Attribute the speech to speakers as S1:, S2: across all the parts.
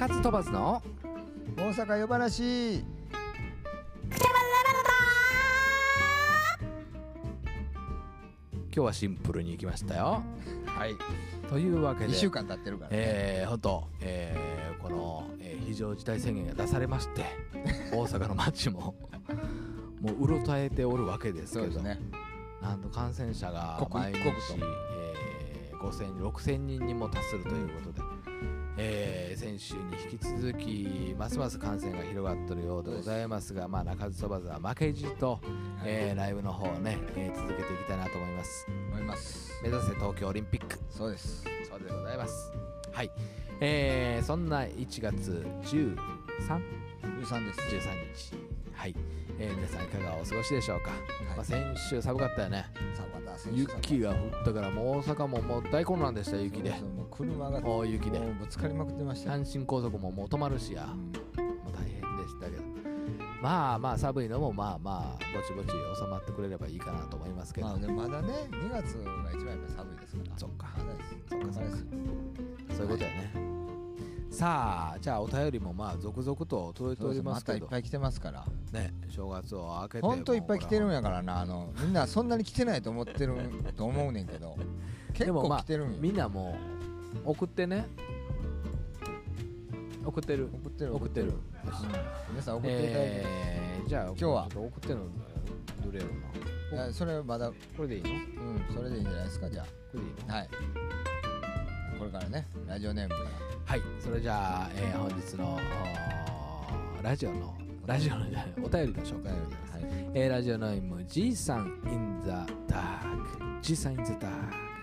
S1: 中津飛ばずの
S2: 大阪夜話。
S1: 今日はシンプルに行きましたよ。はい。というわけで
S2: 1週間経ってるからね。
S1: 本当、この、非常事態宣言が出されまして大阪の街ももううろたえておるわけですけど、
S2: そうですね、
S1: なんと感染者が毎日、5000、6000人にも達するということで、先週に引き続きますます感染が広がっているようでございますが、中津飛ばずは負けじと、ライブの方をね、続けていきたいなと思います。目指せ東京オリンピック。
S2: そうです。
S1: そうでございます。はい。そんな1月13
S2: です。
S1: 13日。はい。皆さんいかがお過ごしでしょうか。先週寒かったよね。雪が降ったからもう大阪ももう大混乱でした。雪で。
S2: もう車が
S1: 大雪で
S2: ぶつかりまくってました。
S1: 阪神高速ももう止まるしや、もう大変でしたけど、まあ寒いのもぼちぼち収まってくれればいいかなと思いますけど、
S2: でもまだね2月が一番やっぱり寒いですから。
S1: そっか、
S2: そう
S1: いうことやね。さあ、じゃあお便りも続々と届いておりますけど、
S2: またいっぱい来てますから
S1: ね。正月を明けて
S2: ほんといっぱい来てるんやからな。みんなそんなに来てないと思ってると思うねんけど結構来てるんよ。
S1: みんなもう送ってね。送ってる、
S2: 皆さん送っていただいて、
S1: じゃあ
S2: 今日は
S1: 送ってるのどれやろ
S2: な。それまだ
S1: これでいいの？
S2: それでいいんじゃないですか。じゃあ
S1: これでいいの？
S2: はい、これからねラジオネームから。
S1: はい、それじゃあ、本日のラジオのお便りの紹介です。ラジオネーム G さん in the dark G さん in the dark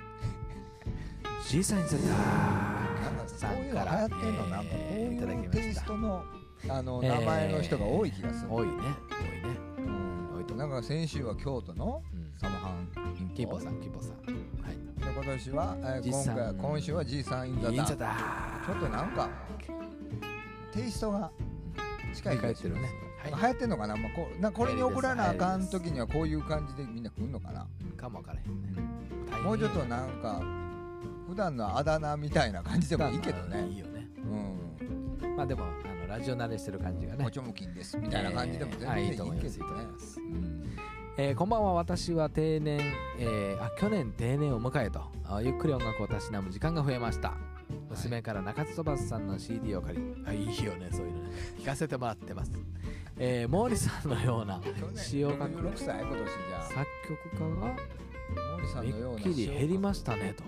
S1: G さん in the dark さんから、いただきました。
S2: テイストの名前の人が多い気がする。
S1: 多いね。
S2: なんか先週は京都のサムハン
S1: キーポさん。はい。
S2: 今年は今週は G さん in the dark。ちょっとなんかテイストが近い気がするね。流行ってんのかな。これに送らなあかん時にはこういう感じでみんな来るのかな。
S1: かもわからへんね。
S2: もうちょっとなんか普段のあだ名みたいな感じでもいいけどね。
S1: いいよね。でもラジオ慣れしてる感じがね。
S2: おちょむきんですみたいな感じでも全然いいと思います。
S1: こんばんは。私は去年定年を迎えとゆっくり音楽をたしなむ時間が増えました。娘から中津飛ばずさんの CD を借り、いいよね、そういうのね、聞かせてもらってます。毛利さんのような詩を書く
S2: 16歳今年じゃ
S1: 作曲家が
S2: 毛利さんのような
S1: めっきり減りましたねと。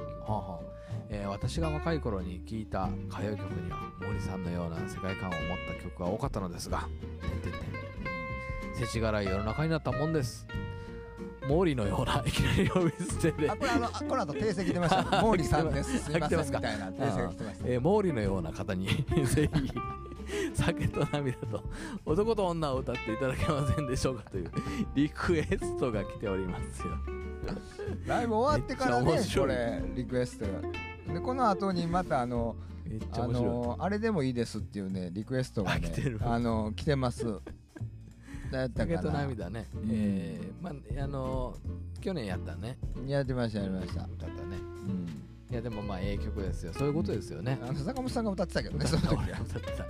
S1: 私が若い頃に聴いた歌謡曲には毛利さんのような世界観を持った曲が多かったのですが、世知辛い世の中になったもんです。毛利のようないきなり呼び捨てで、
S2: この後訂正来てました。毛利さんです、すいませんみたいな訂正が来てました。
S1: 毛利のような方にぜひ酒と涙と男と女を歌っていただけませんでしょうかというリクエストが来ておりますよ。
S2: ライブ終わってからね、これリクエストで、この後にまたあれでもいいですっていうねリクエストがね来てます。
S1: 酒と涙ね。去年やったね。
S2: やってました。
S1: 歌ったね。いやでもええ曲ですよ。そういうことですよね。
S2: 坂本さんが歌ってたけどね、その時は。
S1: 歌ってた。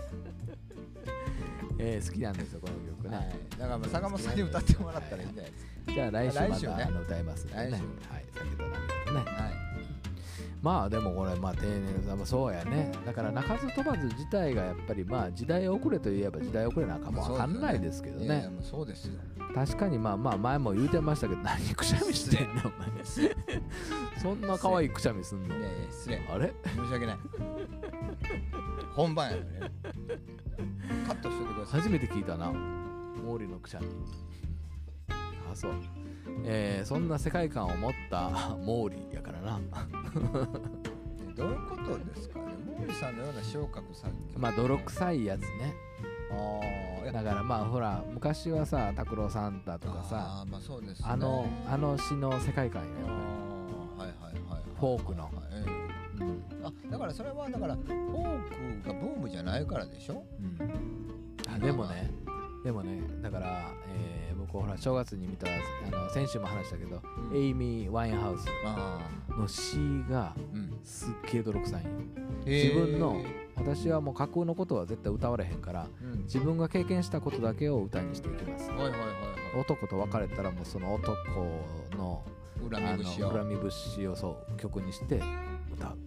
S1: 好きなんですよこの曲ね。
S2: だから坂本さんに歌ってもらったらいいんじゃないですか。
S1: じゃあ来週また歌いますんでね。はい、酒と涙とね。でもこれ定年そうやね。だから中津飛ばず自体がやっぱり時代遅れといえば時代遅れなんかもわかんないですけどね。
S2: そうですよ。
S1: 確かに前も言うてましたけど、何くしゃみしてんのお前。そんな可愛いくしゃみすんの？
S2: いや失礼。
S1: あれ？
S2: 申し訳ない。本番やのね。カットしておいてください。
S1: 初めて聞いたな、毛利のくしゃみ。そう。そんな世界観を持った毛利やからな。
S2: どういうことですかね。毛利さんのような昇格さん。
S1: 泥臭いやつね。だからほら昔はさ拓郎サンタとかさ、
S2: そうですね、
S1: あの詩の世界観よ。フォークの。
S2: だからそれはフォークがブームじゃないからでしょ。
S1: でもね、だから、僕ほら正月に見た先週も話したけど、エイミー・ワインハウスの詩がすっげえ泥臭いんよ。自分の私はもう架空のことは絶対歌われへんから、自分が経験したことだけを歌にしていきます。男と別れたらもうその男の恨み節をそう曲にして歌うって。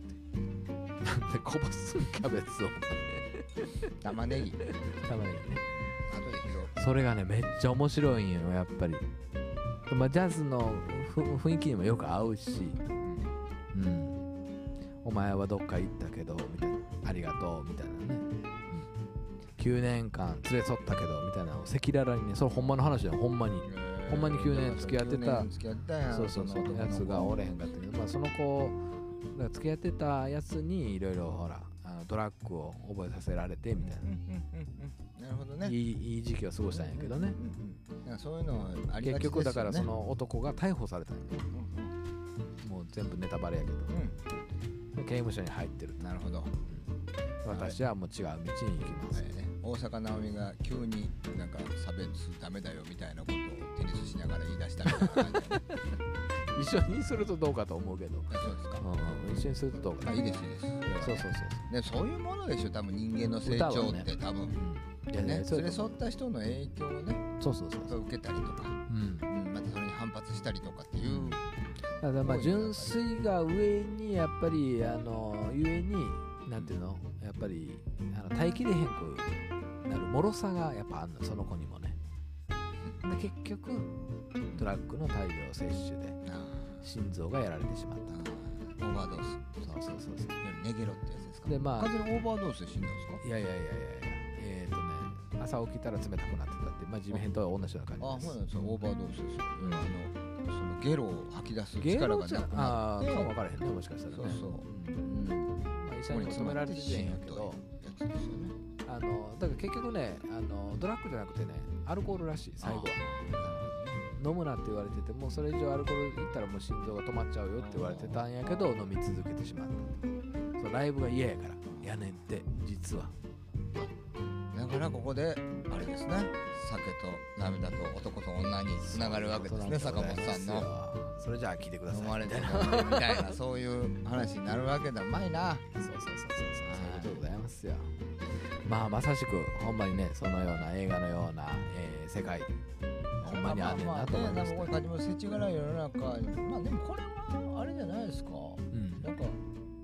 S1: なんでこぼすキャベツを
S2: 玉ねぎね。
S1: それがねめっちゃ面白いんよやっぱり。まあ、ジャズの雰囲気にもよく合うし、お前はどっか行ったけどみたいな、ありがとうみたいなね、9年間連れ添ったけどみたいな赤裸々にね、それほんまの話だよ。ほんまに9年付き合ってたそうやつがおれへんかったけど、まあその子が付き合ってたやつにいろいろほらドラッグを覚えさせられてみたいな、
S2: なるほどね、
S1: いい時期を過ごしたんやけどね、
S2: そういうのありがちですよね。
S1: 結局だからその男が逮捕されたんや、もう全部ネタバレやけど、刑務所に入ってる。
S2: なるほど。
S1: 私はもう違う道に行きます、
S2: 大坂なおみが急になんか差別ダメだよみたいなことをテニスしながら言い出したみたいな感じで
S1: 一緒にするとどうかと思うけど。
S2: そうですか。
S1: 一緒にするとどうか。
S2: いいですいいです。そういうものでしょ、多分人間の成長って多分ね、それ沿った人の影響をね、受けたりとか、またそれに反発したりとかっていう。
S1: だからまあ純粋が上にやっぱりゆえになんていうの、やっぱり耐えきれへんくなる脆さがやっぱあんの、その子にもね。で結局ドラッグの大量摂取で心臓がやられてしまった。
S2: オーバードーズ。そうネゲロってやつですか。でまあ完全にオーバードーズで死んだんですか。いや
S1: 朝起きたら冷たくなってたって、まあ地面とは同じような感じです。
S2: そうなんですよ。オーバードーズですよ。そのゲロを吐き出す力がなくなって。
S1: かも分からへんね、もしかしたらね。まあ医者にも止められててんやけど、だから結局ね、ドラッグじゃなくてね、アルコールらしい。最後は飲むなって言われてて、もうそれ以上アルコールいったらもう心臓が止まっちゃうよって言われてたんやけど、飲み続けてしまった。そうライブが嫌やからやねんって、実は。
S2: だからここであれですね、酒と涙と男と女につながるわけですね、坂本さんの。
S1: それじゃあ聞いてください。
S2: 飲まれて飲んでみたいなそういう話になるわけだ。うまいな。
S1: そういうことでございますよ。まあまさしくほんまにね、そのような映画のような、世界ほんまにあんねんなと思いました。
S2: これ世知辛い世の中、まあでもこれはあれじゃないですか。なんか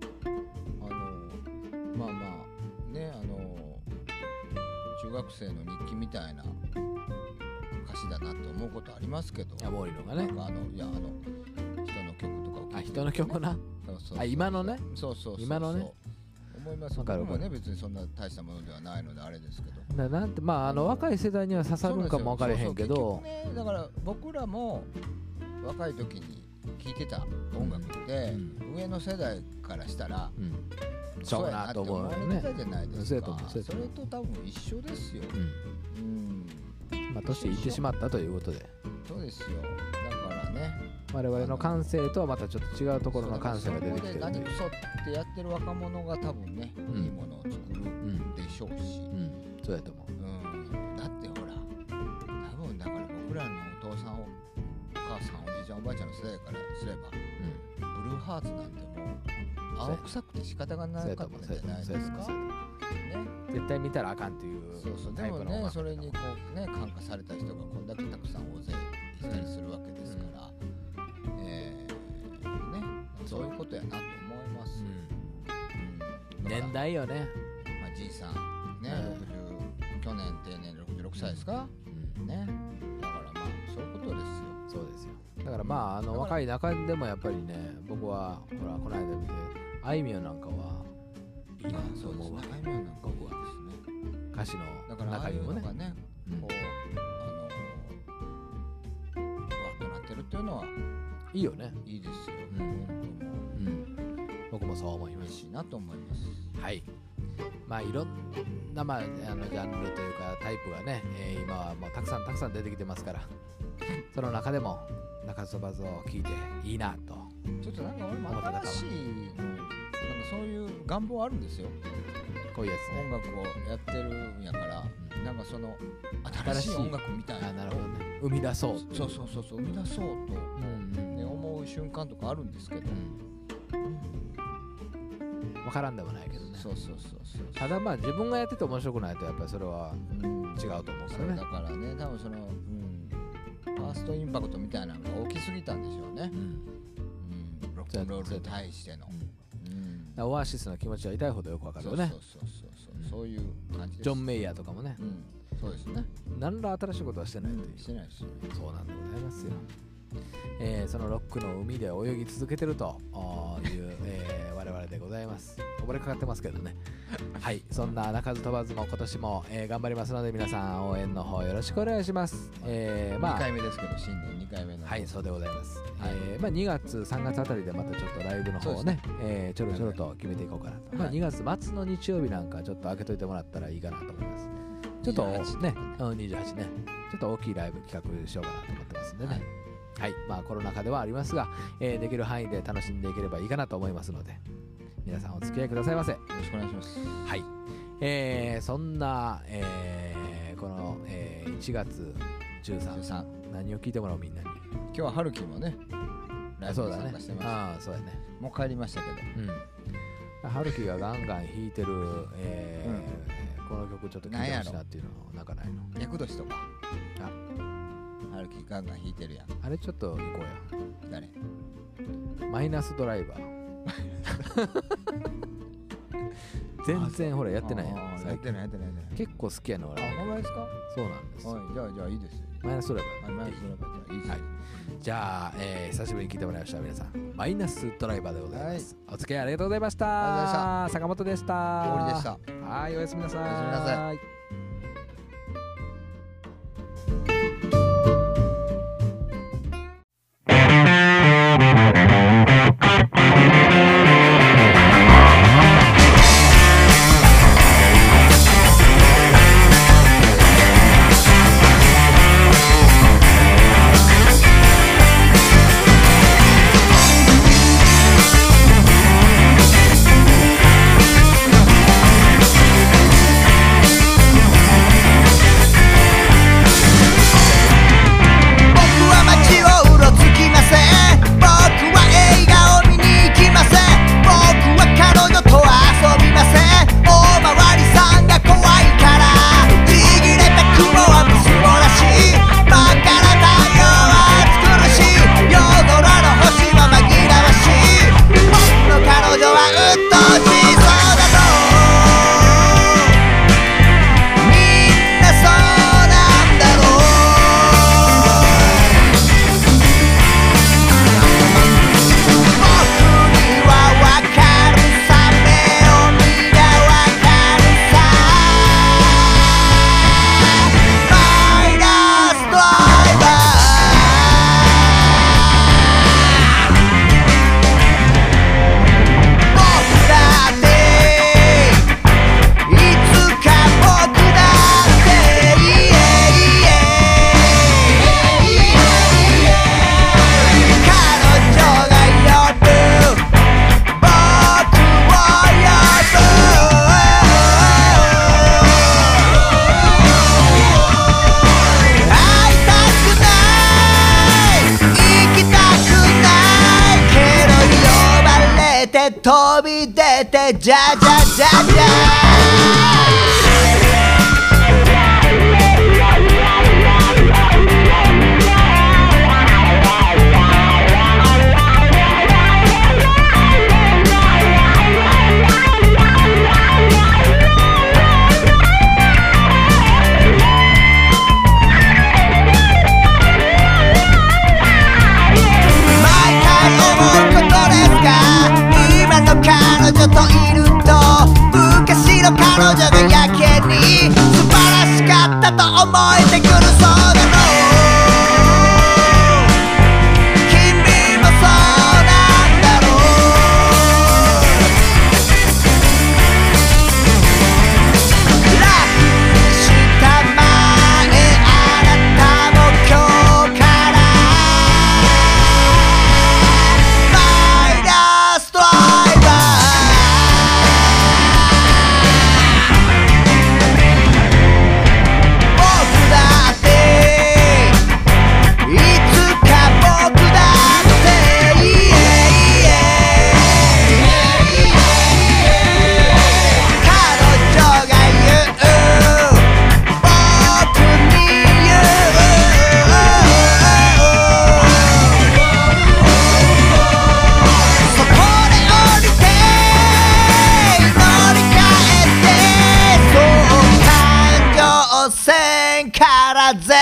S2: まあね、中学生の日記みたいな歌詞だなと思うことありますけど。
S1: モーリーのがね。
S2: なんか人の曲とかを聴いて。
S1: 人の曲な。今のね。今のね。
S2: 思います。僕もね別にそんな大したものではないのであれですけど。
S1: なんてまあ若い世代には刺さるんかも分からへんけど。
S2: だから僕らも若い時に聴いてた音楽って上の世代からしたら。
S1: そうやなと思うよね。
S2: じゃないですか。それと多分一緒ですよ。
S1: まあ年いってしまったということで。
S2: そうですよ。だからね。
S1: 我々の感性とはまたちょっと違うところの感性が出てきてる。
S2: 何クソってやってる若者が多分ね、いいものを作るでしょうし。
S1: そうやと思
S2: う。だってほら、多分だから僕らのお父さんお母さんおじいちゃんおばあちゃんの世代からすれば、ブルーハーツなんてもう。青臭くて仕方がなかったんじゃないですか。
S1: 絶対見たらあかんっていう。
S2: でもね、それにこうね感化された人がこんだけたくさん大勢いたりするわけですから、そういうことやなと思います。
S1: 年代よね。
S2: まあじいさんね、去年定年66歳ですか。ね。だからまあそういうことですよ。
S1: そうですよ。だからまあ若い中でもやっぱりね、僕はほらこの間見て。あいみょんなんかはいいなと思うわけ。
S2: あいみょんなんか
S1: 僕は歌詞の中にもね、
S2: こうふわっとなってるっていうのはい
S1: いよね。
S2: いいですよ。
S1: 僕もそう思います。
S2: 嬉しいなと思います。
S1: はい。まあいろんなジャンルというかタイプがね、今はもうたくさん出てきてますから、その中でも中そばぞを聞いていいなと。
S2: ちょっとなんか俺も新しいそういう願望あるんですよ。
S1: こういうやつね。
S2: 音楽をやってるんやから、なんかその新しい音楽みたいな。
S1: なるほどね。生み出そう。
S2: そう生み出そうと思う瞬間とかあるんですけど、
S1: 分からんでもないけどね。
S2: そうそうそうそう。
S1: ただまあ自分がやってて面白くないとやっぱりそれは違うと思うからね。
S2: だからね、多分その、ファーストインパクトみたいなのが大きすぎたんでしょうね。ロックンロールに対しての。
S1: オアシスの気持ちは痛いほどよくわかるよね。
S2: そういう感じです。
S1: ジョン・メイヤーとかもね。
S2: そうですね。
S1: 何ら新しいことはしてないという。
S2: してないですよ。
S1: そうなんでございますよ。そのロックの海で泳ぎ続けてるという、我々でございます。溺れかかってますけどね。はい、そんな鳴かず飛ばずも今年も、頑張りますので皆さん応援の方よろしくお願いします。
S2: まあ2回目ですけど、新年2回目の。
S1: はい、そうでございます。まあ2月3月あたりでまたちょっとライブの方をね、ちょろちょろと決めていこうかなと。まあ2月末の日曜日なんかちょっと開けといてもらったらいいかなと思います。ちょっとね、28ね、ちょっと大きいライブ企画しようかなと思ってますんでね。はい、まあコロナ禍ではありますが、できる範囲で楽しんでいければいいかなと思いますので、皆さんお付き合いくださいませ。よ
S2: ろしくお願いします。
S1: はい、そんな、この、1月13何を聞いてもらおうみんなに。
S2: 今日は春樹もね、ライブに参加してます。
S1: ああ、そうやね。
S2: もう帰りましたけど。
S1: 春樹がガンガン弾いてる、この曲ちょっと聴いてほしいなっていうのなんかないの？
S2: 厄年とか。春樹ガンガン弾いてるやん。
S1: あれちょっと行こ
S2: うや。誰？
S1: マイナスドライバー。全然ほらやってないやん。
S2: やってない。
S1: 結構好きやの俺。
S2: ほんまですか？
S1: そうなんです。
S2: じゃあいいです。
S1: マイナスドライバー。
S2: マイナスドライバーじゃあいいです。
S1: じゃあ、久しぶりに聞いてもらいました皆さん。マイナスドライバーでございます。お付き合いありがとうございました。坂本でした。
S2: 森でした。
S1: はい、おやすみなさい。
S2: おやすみなさい。飛び出てじゃじゃじゃじゃ彼女といると昔の彼女が焼けだぜ